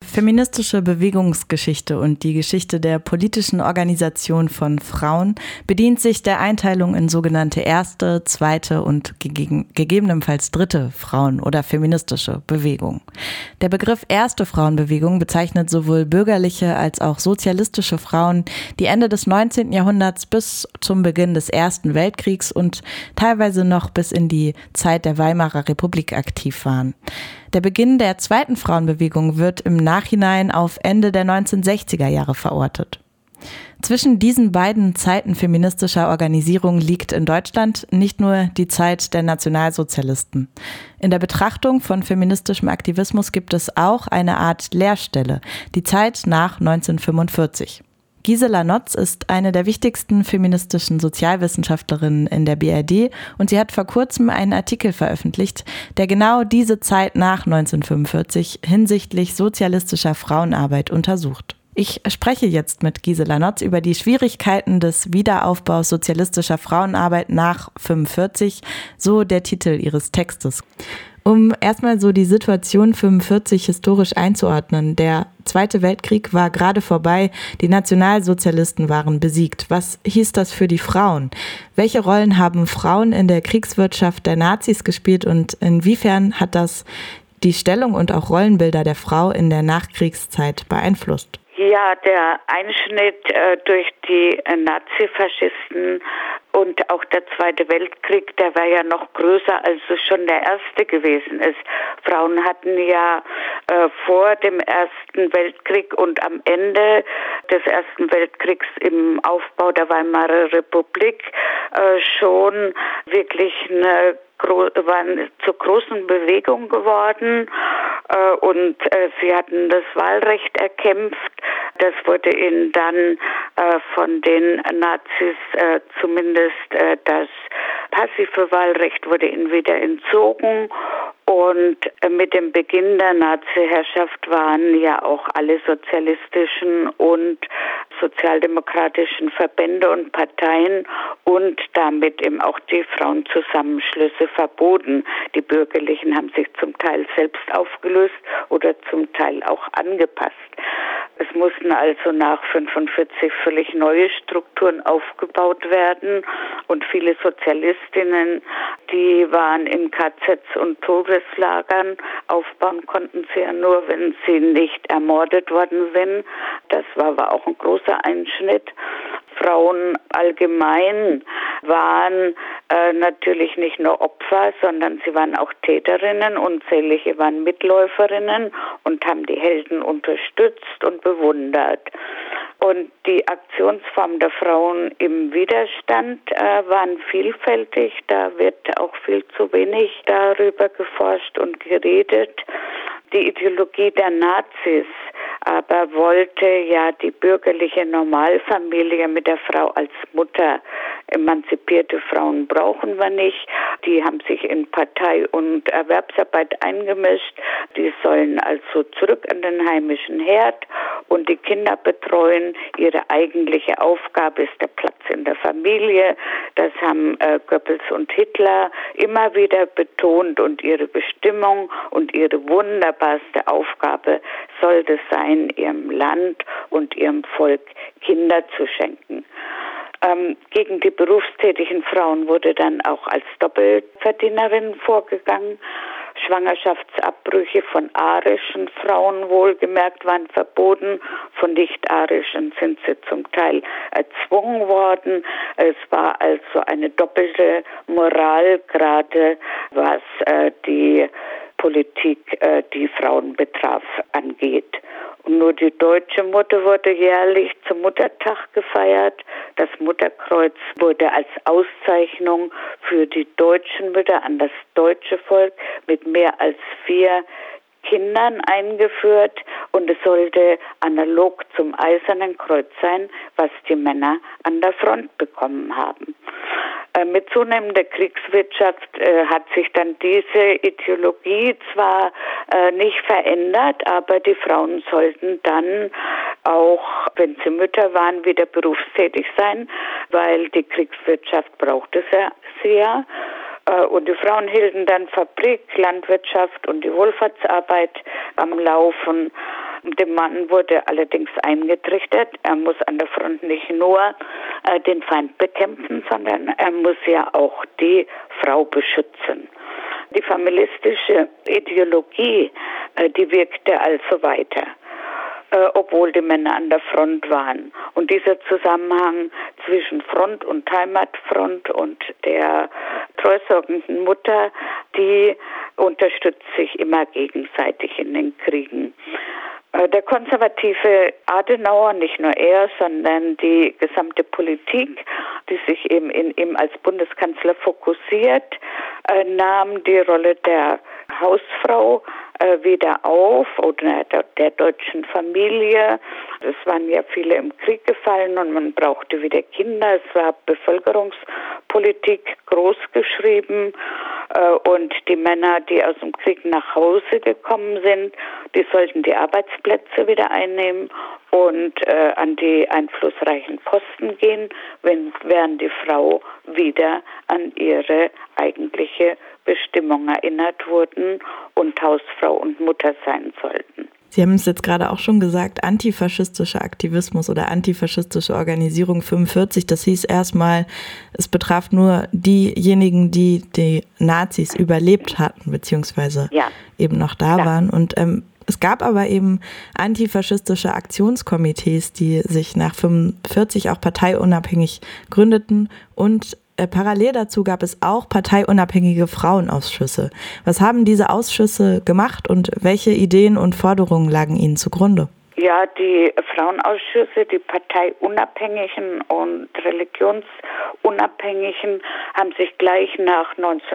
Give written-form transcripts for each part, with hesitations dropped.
feministische Bewegungsgeschichte und die Geschichte der politischen Organisation von Frauen bedient sich der Einteilung in sogenannte erste, zweite und gegebenenfalls dritte Frauen- oder feministische Bewegung. Der Begriff erste Frauenbewegung bezeichnet sowohl bürgerliche als auch sozialistische Frauen, die Ende des 19. Jahrhunderts bis zum Beginn des Ersten Weltkriegs und teilweise noch bis in die Zeit der Weimarer Republik aktiv waren. Der Beginn der zweiten Frauenbewegung wird im Nachhinein auf Ende der 1960er Jahre verortet. Zwischen diesen beiden Zeiten feministischer Organisierung liegt in Deutschland nicht nur die Zeit der Nationalsozialisten. In der Betrachtung von feministischem Aktivismus gibt es auch eine Art Leerstelle, die Zeit nach 1945. Gisela Notz ist eine der wichtigsten feministischen Sozialwissenschaftlerinnen in der BRD und sie hat vor kurzem einen Artikel veröffentlicht, der genau diese Zeit nach 1945 hinsichtlich sozialistischer Frauenarbeit untersucht. Ich spreche jetzt mit Gisela Notz über die Schwierigkeiten des Wiederaufbaus sozialistischer Frauenarbeit nach 1945, so der Titel ihres Textes. Um erstmal so die Situation 1945 historisch einzuordnen. Der Zweite Weltkrieg war gerade vorbei, die Nationalsozialisten waren besiegt. Was hieß das für die Frauen? Welche Rollen haben Frauen in der Kriegswirtschaft der Nazis gespielt und inwiefern hat das die Stellung und auch Rollenbilder der Frau in der Nachkriegszeit beeinflusst? Ja, der Einschnitt durch die Nazifaschisten und auch der Zweite Weltkrieg, der war ja noch größer, als es schon der erste gewesen ist. Frauen hatten ja vor dem Ersten Weltkrieg und am Ende des Ersten Weltkriegs im Aufbau der Weimarer Republik schon wirklich waren zur großen Bewegung geworden und sie hatten das Wahlrecht erkämpft. Das wurde ihnen dann von den Nazis zumindest das passive Wahlrecht wurde ihnen wieder entzogen. Und mit dem Beginn der Nazi-Herrschaft waren ja auch alle sozialistischen und sozialdemokratischen Verbände und Parteien und damit eben auch die Frauenzusammenschlüsse verboten. Die Bürgerlichen haben sich zum Teil selbst aufgelöst oder zum Teil auch angepasst. Es mussten also nach 1945 völlig neue Strukturen aufgebaut werden und viele Sozialistinnen, die waren in KZs und Todeslagern. Aufbauen konnten sie ja nur, wenn sie nicht ermordet worden sind. Das war aber auch ein großer Einschnitt. Frauen allgemein waren natürlich nicht nur Opfer, sondern sie waren auch Täterinnen. Unzählige waren Mitläuferinnen und haben die Helden unterstützt und bewundert. Und die Aktionsformen der Frauen im Widerstand waren vielfältig. Da wird auch viel zu wenig darüber geforscht und geredet. Die Ideologie der Nazis aber wollte ja die bürgerliche Normalfamilie mit der Frau als Mutter. Emanzipierte Frauen brauchen wir nicht. Die haben sich in Partei- und Erwerbsarbeit eingemischt. Die sollen also zurück an den heimischen Herd und die Kinder betreuen. Ihre eigentliche Aufgabe ist der Platz in der Familie. Das haben Goebbels und Hitler immer wieder betont und ihre Bestimmung und ihre wunderbarste Aufgabe soll es sein, ihrem Land und ihrem Volk Kinder zu schenken. Gegen die berufstätigen Frauen wurde dann auch als Doppelverdienerin vorgegangen. Schwangerschaftsabbrüche von arischen Frauen wohlgemerkt waren verboten, von nicht-arischen sind sie zum Teil erzwungen worden. Es war also eine doppelte Moral, gerade was die Politik, die Frauen betraf, angeht. Und nur die deutsche Mutter wurde jährlich zum Muttertag gefeiert. Das Mutterkreuz wurde als Auszeichnung für die deutschen Mütter an das deutsche Volk mit mehr als 4 Kindern eingeführt und es sollte analog zum Eisernen Kreuz sein, was die Männer an der Front bekommen haben. Mit zunehmender Kriegswirtschaft hat sich dann diese Ideologie zwar nicht verändert, aber die Frauen sollten dann auch, wenn sie Mütter waren, wieder berufstätig sein, weil die Kriegswirtschaft brauchte sie ja. Und die Frauen hielten dann Fabrik, Landwirtschaft und die Wohlfahrtsarbeit am Laufen. Dem Mann wurde allerdings eingetrichtert, er muss an der Front nicht nur den Feind bekämpfen, sondern er muss ja auch die Frau beschützen. Die feministische Ideologie, die wirkte also weiter, obwohl die Männer an der Front waren. Und dieser Zusammenhang zwischen Front und Heimatfront und der treusorgenden Mutter, die unterstützt sich immer gegenseitig in den Kriegen. Der konservative Adenauer, nicht nur er, sondern die gesamte Politik, die sich eben in ihm als Bundeskanzler fokussiert, nahm die Rolle der Hausfrau wieder auf oder der deutschen Familie. Es waren ja viele im Krieg gefallen und man brauchte wieder Kinder. Es war Bevölkerungspolitik großgeschrieben und die Männer, die aus dem Krieg nach Hause gekommen sind, die sollten die Arbeitsplätze wieder einnehmen und an die einflussreichen Posten gehen, während die Frau wieder an ihre eigentliche Bestimmung erinnert wurden und Hausfrau und Mutter sein sollten. Sie haben es jetzt gerade auch schon gesagt, antifaschistischer Aktivismus oder antifaschistische Organisierung 45, das hieß erstmal, es betraf nur diejenigen, die die Nazis überlebt hatten, beziehungsweise eben noch da waren. Und es gab aber eben antifaschistische Aktionskomitees, die sich nach 45 auch parteiunabhängig gründeten und parallel dazu gab es auch parteiunabhängige Frauenausschüsse. Was haben diese Ausschüsse gemacht und welche Ideen und Forderungen lagen ihnen zugrunde? Ja, die Frauenausschüsse, die parteiunabhängigen und religionsunabhängigen, haben sich gleich nach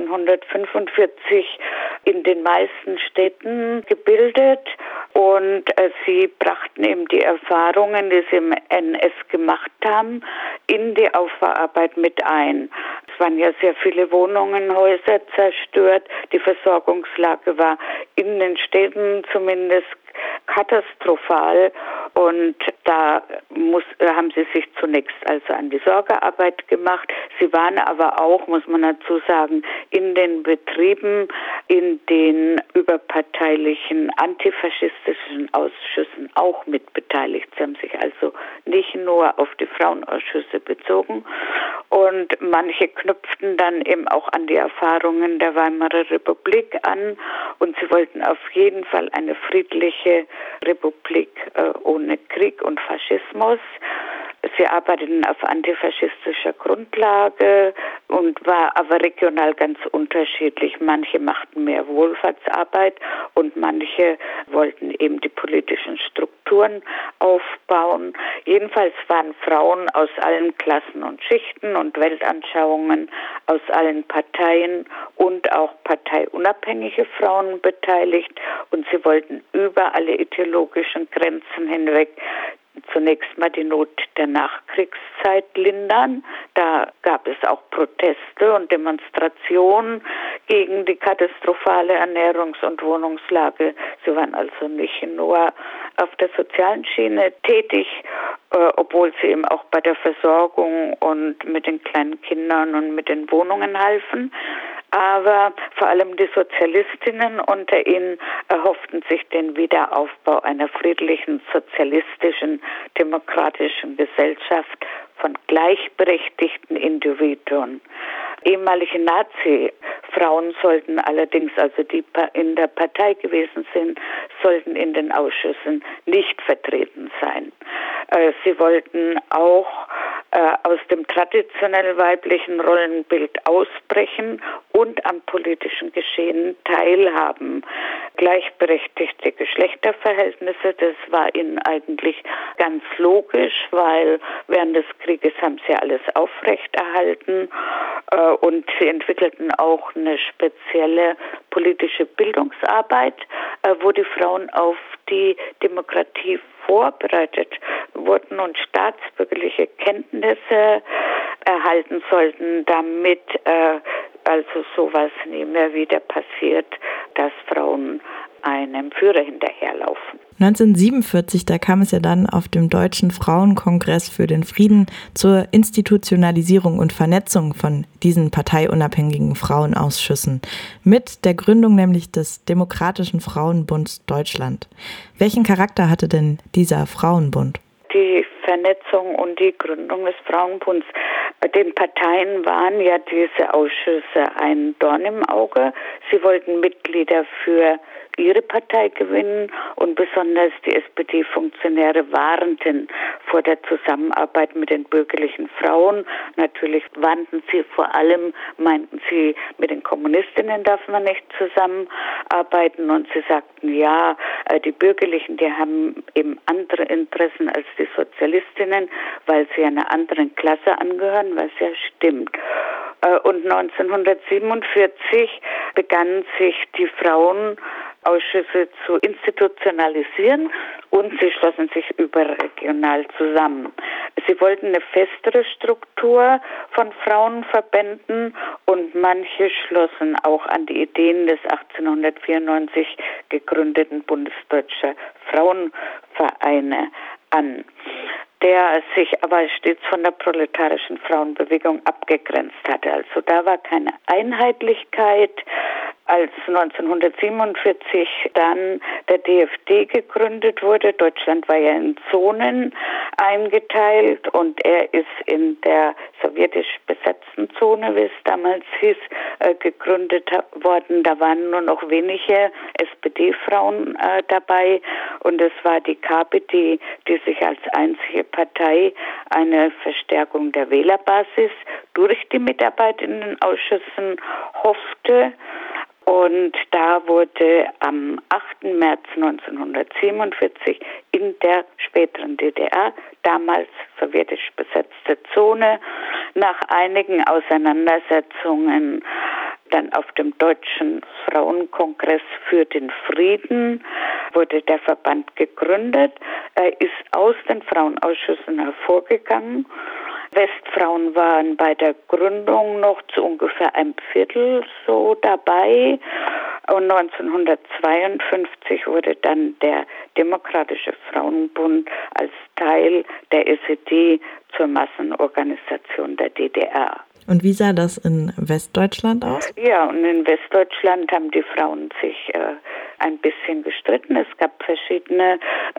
1945 in den meisten Städten gebildet und sie brachten eben die Erfahrungen, die sie im NS gemacht haben, in die Aufbauarbeit mit ein. Es waren ja sehr viele Wohnungen, Häuser zerstört, die Versorgungslage war in den Städten zumindest katastrophal und da haben sie sich zunächst also an die Sorgearbeit gemacht. Sie waren aber auch, muss man dazu sagen, in den Betrieben, in den überparteilichen antifaschistischen Ausschüssen auch mitbeteiligt. Sie haben sich also nicht nur auf die Frauenausschüsse bezogen und manche knüpften dann eben auch an die Erfahrungen der Weimarer Republik an und sie wollten auf jeden Fall eine friedliche Republik ohne Krieg und Faschismus. Sie arbeiteten auf antifaschistischer Grundlage und war aber regional ganz unterschiedlich. Manche machten mehr Wohlfahrtsarbeit und manche wollten eben die politischen Strukturen aufbauen. Jedenfalls waren Frauen aus allen Klassen und Schichten und Weltanschauungen, aus allen Parteien und auch parteiunabhängige Frauen beteiligt und sie wollten über alle ideologischen Grenzen hinweg zunächst mal die Not der Nachkriegszeit lindern. Da gab es auch Proteste und Demonstrationen gegen die katastrophale Ernährungs- und Wohnungslage. Sie waren also nicht nur auf der sozialen Schiene tätig, obwohl sie eben auch bei der Versorgung und mit den kleinen Kindern und mit den Wohnungen halfen. Aber vor allem die Sozialistinnen unter ihnen erhofften sich den Wiederaufbau einer friedlichen, sozialistischen, demokratischen Gesellschaft von gleichberechtigten Individuen. Ehemalige Nazi-Frauen sollten allerdings, also die in der Partei gewesen sind, sollten in den Ausschüssen nicht vertreten sein. Sie wollten auch aus dem traditionell weiblichen Rollenbild ausbrechen und am politischen Geschehen teilhaben. Gleichberechtigte Geschlechterverhältnisse, das war ihnen eigentlich ganz logisch, weil während des Krieges haben sie alles aufrechterhalten und sie entwickelten auch eine spezielle politische Bildungsarbeit, wo die Frauen auf die Demokratie vorbereitet wurden und staatsbürgerliche Kenntnisse erhalten sollten, damit also sowas nie mehr wieder passiert, dass Frauen einem Führer hinterherlaufen. 1947, da kam es ja dann auf dem Deutschen Frauenkongress für den Frieden zur Institutionalisierung und Vernetzung von diesen parteiunabhängigen Frauenausschüssen mit der Gründung nämlich des Demokratischen Frauenbunds Deutschland. Welchen Charakter hatte denn dieser Frauenbund? Die Vernetzung und die Gründung des Frauenbunds. Den Parteien waren ja diese Ausschüsse ein Dorn im Auge. Sie wollten Mitglieder für ihre Partei gewinnen und besonders die SPD-Funktionäre warnten vor der Zusammenarbeit mit den bürgerlichen Frauen. Natürlich warnten sie vor allem, meinten sie, mit den Kommunistinnen darf man nicht zusammenarbeiten und sie sagten, ja, die Bürgerlichen, die haben eben andere Interessen als die Sozialistinnen, weil sie einer anderen Klasse angehören, was ja stimmt. Und 1947 begannen sich die Frauenausschüsse zu institutionalisieren und sie schlossen sich überregional zusammen. Sie wollten eine festere Struktur von Frauenverbänden und manche schlossen auch an die Ideen des 1894 gegründeten Bundesdeutscher Frauenvereine an, der sich aber stets von der proletarischen Frauenbewegung abgegrenzt hatte. Also da war keine Einheitlichkeit. Als 1947 dann der DFD gegründet wurde, Deutschland war ja in Zonen eingeteilt und er ist in der sowjetisch besetzten Zone, wie es damals hieß, gegründet worden. Da waren nur noch wenige SPD-Frauen dabei und es war die KPD, die sich als einzige Partei eine Verstärkung der Wählerbasis durch die Mitarbeit in den Ausschüssen hoffte. Und da wurde am 8. März 1947 in der späteren DDR, damals sowjetisch besetzte Zone, nach einigen Auseinandersetzungen dann auf dem Deutschen Frauenkongress für den Frieden wurde der Verband gegründet. Er ist aus den Frauenausschüssen hervorgegangen. Westfrauen waren bei der Gründung noch zu ungefähr einem Viertel so dabei. Und 1952 wurde dann der Demokratische Frauenbund als Teil der SED zur Massenorganisation der DDR. Und wie sah das in Westdeutschland aus? Ja, und in Westdeutschland haben die Frauen sich ein bisschen gestritten. Es gab verschiedene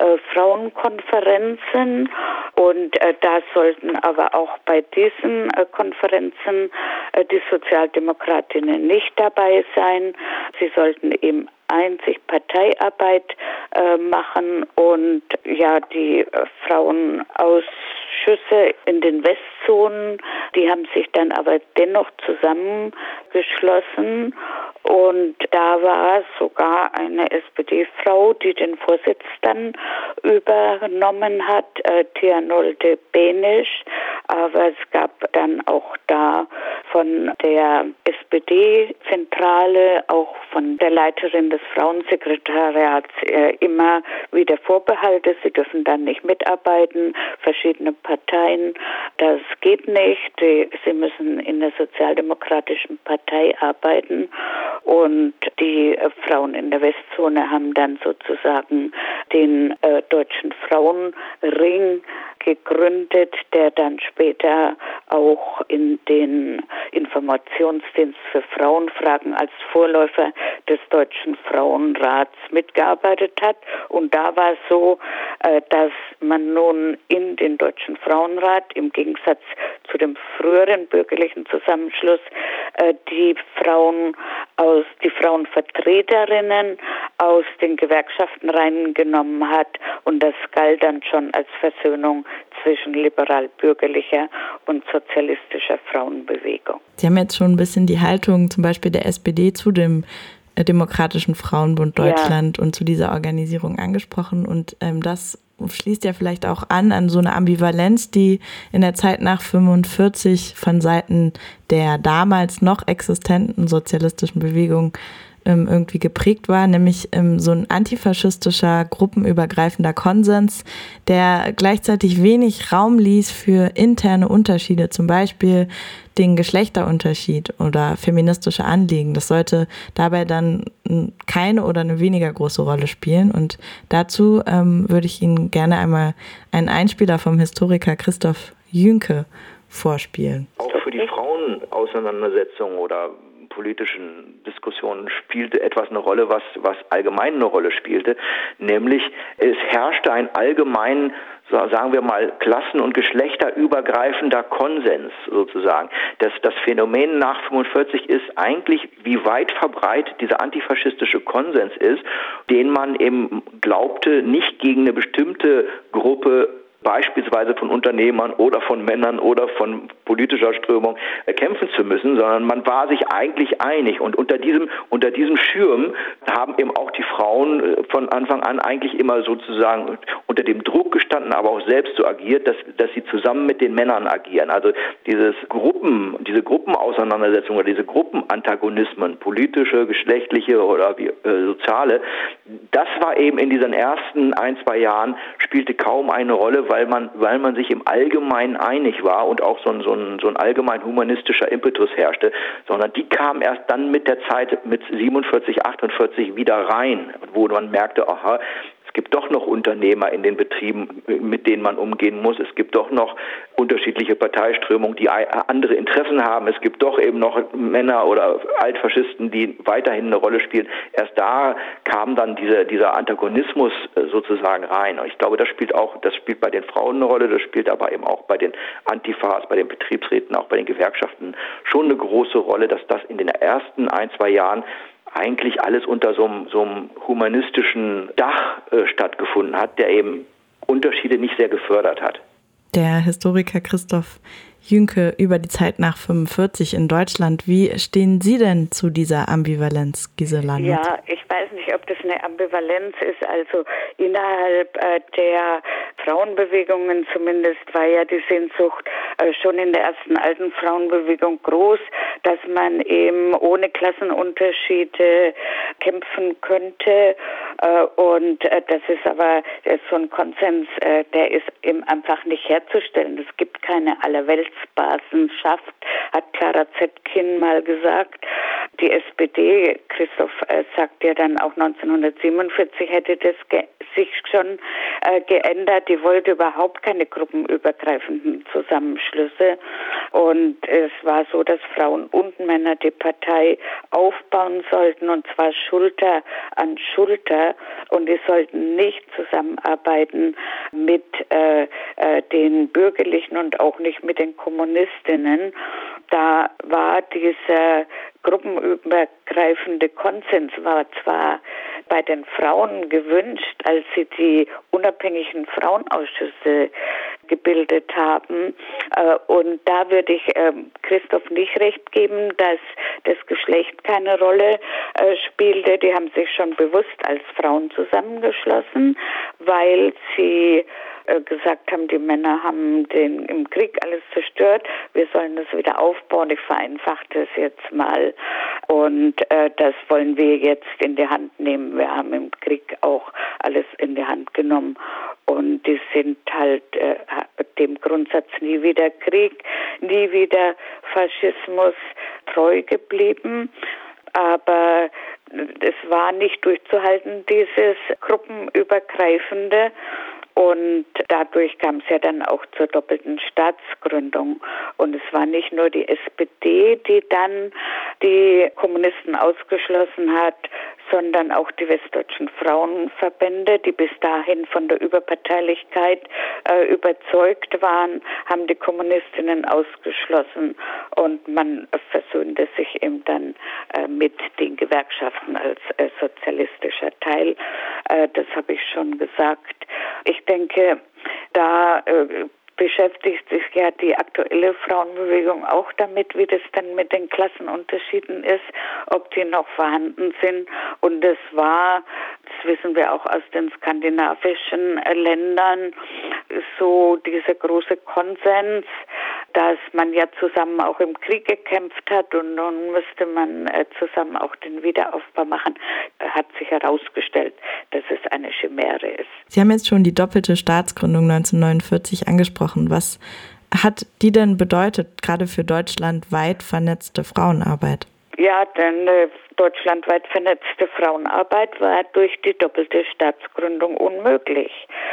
Frauenkonferenzen und da sollten aber auch bei diesen Konferenzen die Sozialdemokratinnen nicht dabei sein. Sie sollten eben einzig Parteiarbeit machen und ja, die Frauenausschüsse in den Westzonen, die haben sich dann aber dennoch zusammengeschlossen und da war sogar eine SPD-Frau, die den Vorsitz dann übernommen hat, Tianolde Benisch, aber es gab dann auch da von der SPD-Zentrale, auch von der Leiterin des Frauensekretariats immer wieder Vorbehalte, sie dürfen dann nicht mitarbeiten, verschiedene Parteien, das geht nicht, sie müssen in der Sozialdemokratischen Partei arbeiten und die Frauen in der Westzone haben dann sozusagen den Deutschen Frauenring gegründet, der dann später auch in den Informationsdienst für Frauenfragen als Vorläufer des Deutschen Frauenrats mitgearbeitet hat. Und da war es so, dass man nun in den Deutschen Frauenrat im Gegensatz zu dem früheren bürgerlichen Zusammenschluss die Frauenvertreterinnen aus den Gewerkschaften reingenommen hat und das galt dann schon als Versöhnung zwischen liberal-bürgerlicher und sozialistischer Frauenbewegung. Sie haben jetzt schon ein bisschen die Haltung zum Beispiel der SPD zu dem Demokratischen Frauenbund Deutschland und zu dieser Organisation angesprochen und das schließt ja vielleicht auch an so eine Ambivalenz, die in der Zeit nach 1945 von Seiten der damals noch existenten sozialistischen Bewegung irgendwie geprägt war, nämlich so ein antifaschistischer, gruppenübergreifender Konsens, der gleichzeitig wenig Raum ließ für interne Unterschiede, zum Beispiel den Geschlechterunterschied oder feministische Anliegen. Das sollte dabei dann keine oder eine weniger große Rolle spielen. Und dazu würde ich Ihnen gerne einmal einen Einspieler vom Historiker Christoph Jünke vorspielen. Auch für die Frauenauseinandersetzung oder politischen Diskussionen spielte etwas eine Rolle, was allgemein eine Rolle spielte, nämlich es herrschte ein allgemein, sagen wir mal, klassen- und geschlechterübergreifender Konsens sozusagen. Das Phänomen nach 45 ist eigentlich, wie weit verbreitet dieser antifaschistische Konsens ist, den man eben glaubte, nicht gegen eine bestimmte Gruppe beispielsweise von Unternehmern oder von Männern oder von politischer Strömung kämpfen zu müssen, sondern man war sich eigentlich einig. Und unter diesem Schirm haben eben auch die Frauen von Anfang an eigentlich immer sozusagen unter dem Druck gestanden, aber auch selbst so agiert, dass sie zusammen mit den Männern agieren. Also diese Gruppenauseinandersetzung oder diese Gruppenantagonismen, politische, geschlechtliche oder soziale, das war eben in diesen ersten 1-2 Jahren, spielte kaum eine Rolle, weil man sich im Allgemeinen einig war und auch so ein allgemein humanistischer Impetus herrschte, sondern die kamen erst dann mit der Zeit, mit 47, 48 wieder rein, wo man merkte, aha, es gibt doch noch Unternehmer in den Betrieben, mit denen man umgehen muss. Es gibt doch noch unterschiedliche Parteiströmungen, die andere Interessen haben. Es gibt doch eben noch Männer oder Altfaschisten, die weiterhin eine Rolle spielen. Erst da kam dann dieser Antagonismus sozusagen rein. Und ich glaube, das spielt bei den Frauen eine Rolle, das spielt aber eben auch bei den Antifas, bei den Betriebsräten, auch bei den Gewerkschaften schon eine große Rolle, dass das in den ersten 1-2 Jahren eigentlich alles unter so einem humanistischen Dach stattgefunden hat, der eben Unterschiede nicht sehr gefördert hat. Der Historiker Christoph Jünke über die Zeit nach 45 in Deutschland. Wie stehen Sie denn zu dieser Ambivalenz, Gisela Nutt? Ja, ich weiß nicht, ob das eine Ambivalenz ist. Also innerhalb der Frauenbewegungen zumindest war ja die Sehnsucht schon in der ersten alten Frauenbewegung groß, dass man eben ohne Klassenunterschiede kämpfen könnte. Und das ist aber so ein Konsens, der ist eben einfach nicht herzustellen. Es gibt keine Allerweltsbasenschaft, hat Clara Zetkin mal gesagt. Die SPD, Christoph sagt ja dann auch 1947 hätte das sich schon geändert. Die wollte überhaupt keine gruppenübergreifenden Zusammenschlüsse. Und es war so, dass Frauen und Männer die Partei aufbauen sollten, und zwar Schulter an Schulter. Und die sollten nicht zusammenarbeiten mit den Bürgerlichen und auch nicht mit den Kommunistinnen. Da war dieser gruppenübergreifende Konsens war zwar bei den Frauen gewünscht, als sie die unabhängigen Frauenausschüsse gebildet haben. Und da würde ich Christoph nicht recht geben, dass das Geschlecht keine Rolle spielte. Die haben sich schon bewusst als Frauen zusammengeschlossen, weil sie gesagt haben, die Männer haben im Krieg alles zerstört, wir sollen das wieder aufbauen. Ich vereinfache das jetzt mal und das wollen wir jetzt in die Hand nehmen. Wir haben im Krieg auch alles in die Hand genommen und die sind halt dem Grundsatz nie wieder Krieg, nie wieder Faschismus treu geblieben. Aber es war nicht durchzuhalten, dieses gruppenübergreifende. Und dadurch kam es ja dann auch zur doppelten Staatsgründung. Und es war nicht nur die SPD, die dann die Kommunisten ausgeschlossen hat, sondern auch die westdeutschen Frauenverbände, die bis dahin von der Überparteilichkeit überzeugt waren, haben die Kommunistinnen ausgeschlossen. Und man versöhnte sich eben dann mit den Gewerkschaften als sozialistischer Teil. Das habe ich schon gesagt. Ich denke, da beschäftigt sich ja die aktuelle Frauenbewegung auch damit, wie das dann mit den Klassenunterschieden ist, ob die noch vorhanden sind. Und das wissen wir auch aus den skandinavischen Ländern, so dieser große Konsens, dass man ja zusammen auch im Krieg gekämpft hat und nun müsste man zusammen auch den Wiederaufbau machen, hat sich herausgestellt, dass es eine Chimäre ist. Sie haben jetzt schon die doppelte Staatsgründung 1949 angesprochen. Was hat die denn bedeutet, gerade für deutschlandweit vernetzte Frauenarbeit? Ja, denn deutschlandweit vernetzte Frauenarbeit war durch die doppelte Staatsgründung unmöglich.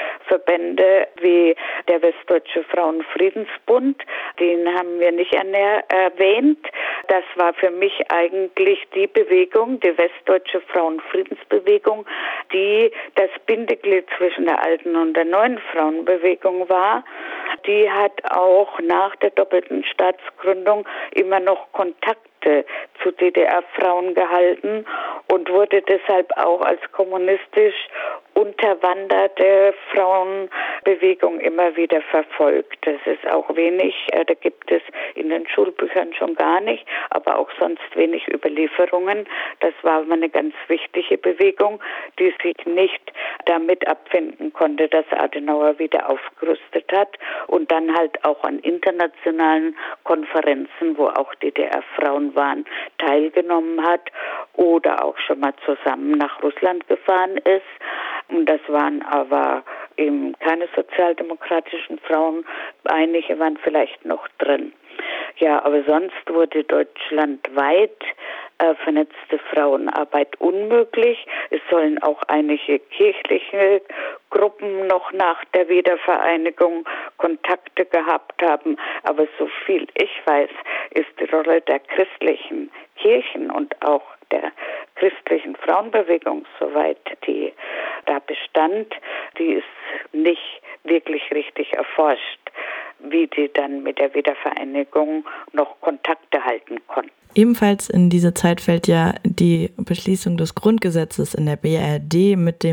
Verbände wie der Westdeutsche Frauenfriedensbund, den haben wir nicht erwähnt. Das war für mich eigentlich die Bewegung, die Westdeutsche Frauenfriedensbewegung, die das Bindeglied zwischen der alten und der neuen Frauenbewegung war. Die hat auch nach der doppelten Staatsgründung immer noch Kontakte zu DDR-Frauen gehalten und wurde deshalb auch als kommunistisch unterwanderte Frauenbewegung immer wieder verfolgt. Das ist auch wenig, da gibt es in den Schulbüchern schon gar nicht, aber auch sonst wenig Überlieferungen. Das war eine ganz wichtige Bewegung, die sich nicht damit abfinden konnte, dass Adenauer wieder aufgerüstet hat und dann halt auch an internationalen Konferenzen, wo auch DDR-Frauen waren, teilgenommen hat oder auch schon mal zusammen nach Russland gefahren ist. Und das waren aber eben keine sozialdemokratischen Frauen, einige waren vielleicht noch drin. Ja, aber sonst wurde deutschlandweit vernetzte Frauenarbeit unmöglich. Es sollen auch einige kirchliche Gruppen noch nach der Wiedervereinigung Kontakte gehabt haben. Aber so viel ich weiß, ist die Rolle der christlichen Kirchen und auch der christlichen Frauenbewegung, soweit die da bestand, die ist nicht wirklich richtig erforscht, wie die dann mit der Wiedervereinigung noch Kontakte halten konnten. Ebenfalls in diese Zeit fällt ja die Beschließung des Grundgesetzes in der BRD mit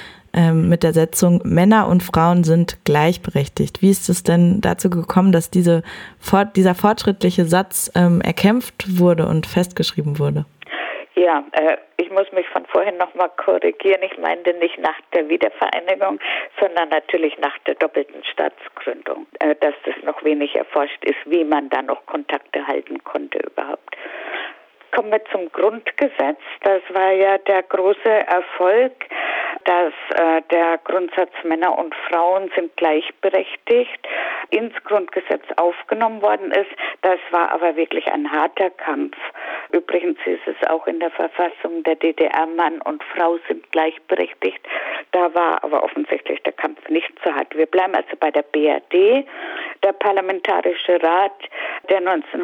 der Setzung, Männer und Frauen sind gleichberechtigt. Wie ist es denn dazu gekommen, dass dieser fortschrittliche Satz erkämpft wurde und festgeschrieben wurde? Ja, ich muss mich von vorhin nochmal korrigieren. Ich meinte nicht nach der Wiedervereinigung, sondern natürlich nach der doppelten Staatsgründung, dass das noch wenig erforscht ist, wie man da noch Kontakte halten konnte überhaupt. Kommen wir zum Grundgesetz. Das war ja der große Erfolg, dass der Grundsatz Männer und Frauen sind gleichberechtigt ins Grundgesetz aufgenommen worden ist. Das war aber wirklich ein harter Kampf. Übrigens ist es auch in der Verfassung der DDR, Mann und Frau sind gleichberechtigt. Da war aber offensichtlich der Kampf nicht so hart. Wir bleiben also bei der BRD. Der Parlamentarische Rat, der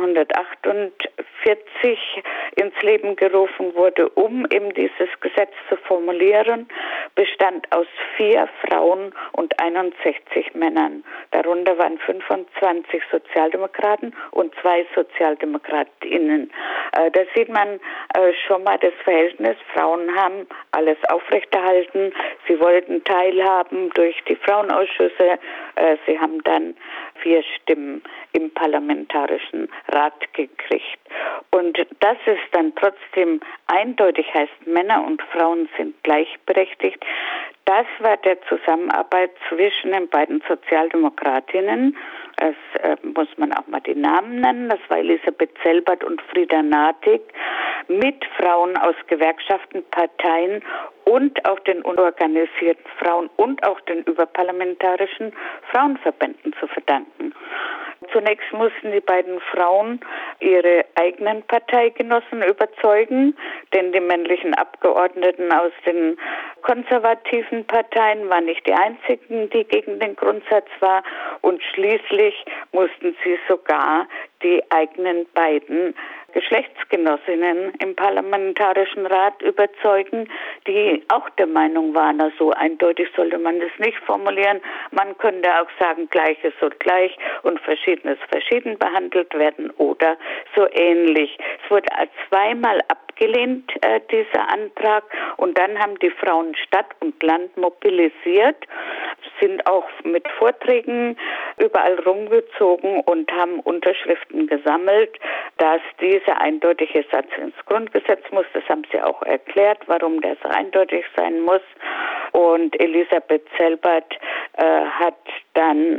1948 ins Leben gerufen wurde, um eben dieses Gesetz zu formulieren, bestand aus 4 Frauen und 61 Männern. Darunter waren 25 Sozialdemokraten und 2 Sozialdemokratinnen. Da sieht man schon mal das Verhältnis. Frauen haben alles aufrechterhalten. Sie wollten teilhaben durch die Frauenausschüsse. Sie haben dann 4 Stimmen im Parlamentarischen Rat gekriegt. Und dass es dann trotzdem eindeutig heißt, Männer und Frauen sind gleichberechtigt, das war der Zusammenarbeit zwischen den beiden Sozialdemokratinnen. Das muss man auch mal die Namen nennen. Das war Elisabeth Selbert und Frieda Nathig mit Frauen aus Gewerkschaften, Parteien und auch den unorganisierten Frauen und auch den überparlamentarischen Frauenverbänden zu verdanken. Zunächst mussten die beiden Frauen ihre eigenen Parteigenossen überzeugen, denn die männlichen Abgeordneten aus den konservativen Parteien waren nicht die einzigen, die gegen den Grundsatz waren. Und schließlich mussten sie sogar die eigenen beiden Geschlechtsgenossinnen im Parlamentarischen Rat überzeugen, die auch der Meinung waren, na, so eindeutig sollte man das nicht formulieren. Man könnte auch sagen, Gleiches soll gleich und Verschiedenes verschieden behandelt werden oder so ähnlich. Es wurde zweimal abgelehnt, dieser Antrag, und dann haben die Frauen Stadt und Land mobilisiert, sind auch mit Vorträgen überall rumgezogen und haben Unterschriften gesammelt, dass dieser eindeutige Satz ins Grundgesetz muss. Das haben sie auch erklärt, warum der so eindeutig sein muss. Und Elisabeth Selbert hat dann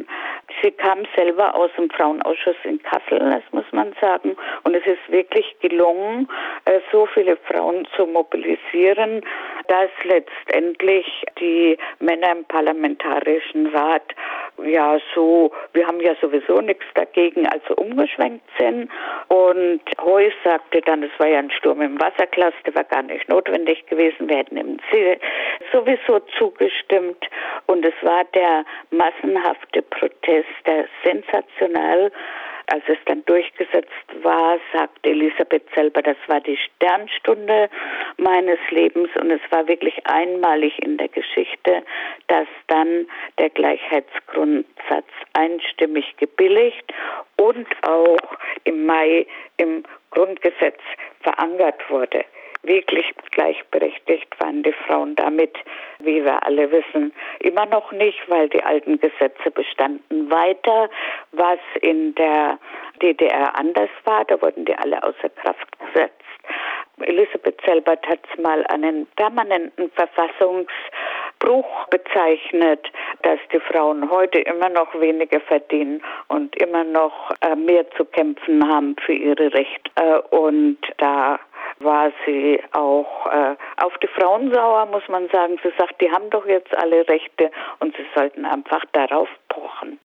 Sie kam selber aus dem Frauenausschuss in Kassel, das muss man sagen. Und es ist wirklich gelungen, so viele Frauen zu mobilisieren, dass letztendlich die Männer im Parlamentarischen Rat wir haben ja sowieso nichts dagegen, also umgeschwenkt sind. Und Heuss sagte dann, es war ja ein Sturm im Wasserglas, der war gar nicht notwendig gewesen, wir hätten ihm sowieso zugestimmt. Und es war der massenhafte Protest, der sensationell, als es dann durchgesetzt war, sagte Elisabeth selber, das war die Sternstunde meines Lebens und es war wirklich einmalig in der Geschichte, dass dann der Gleichheitsgrundsatz einstimmig gebilligt und auch im Mai im Grundgesetz verankert wurde. Wirklich gleichberechtigt waren die Frauen damit, wie wir alle wissen, immer noch nicht, weil die alten Gesetze bestanden weiter, was in der DDR anders war. Da wurden die alle außer Kraft gesetzt. Elisabeth Selbert hat es mal einen permanenten Verfassungsbruch bezeichnet, dass die Frauen heute immer noch weniger verdienen und immer noch mehr zu kämpfen haben für ihre Rechte. Und da war sie auch auf die Frauen sauer, muss man sagen. Sie sagt, die haben doch jetzt alle Rechte und sie sollten einfach darauf pochen.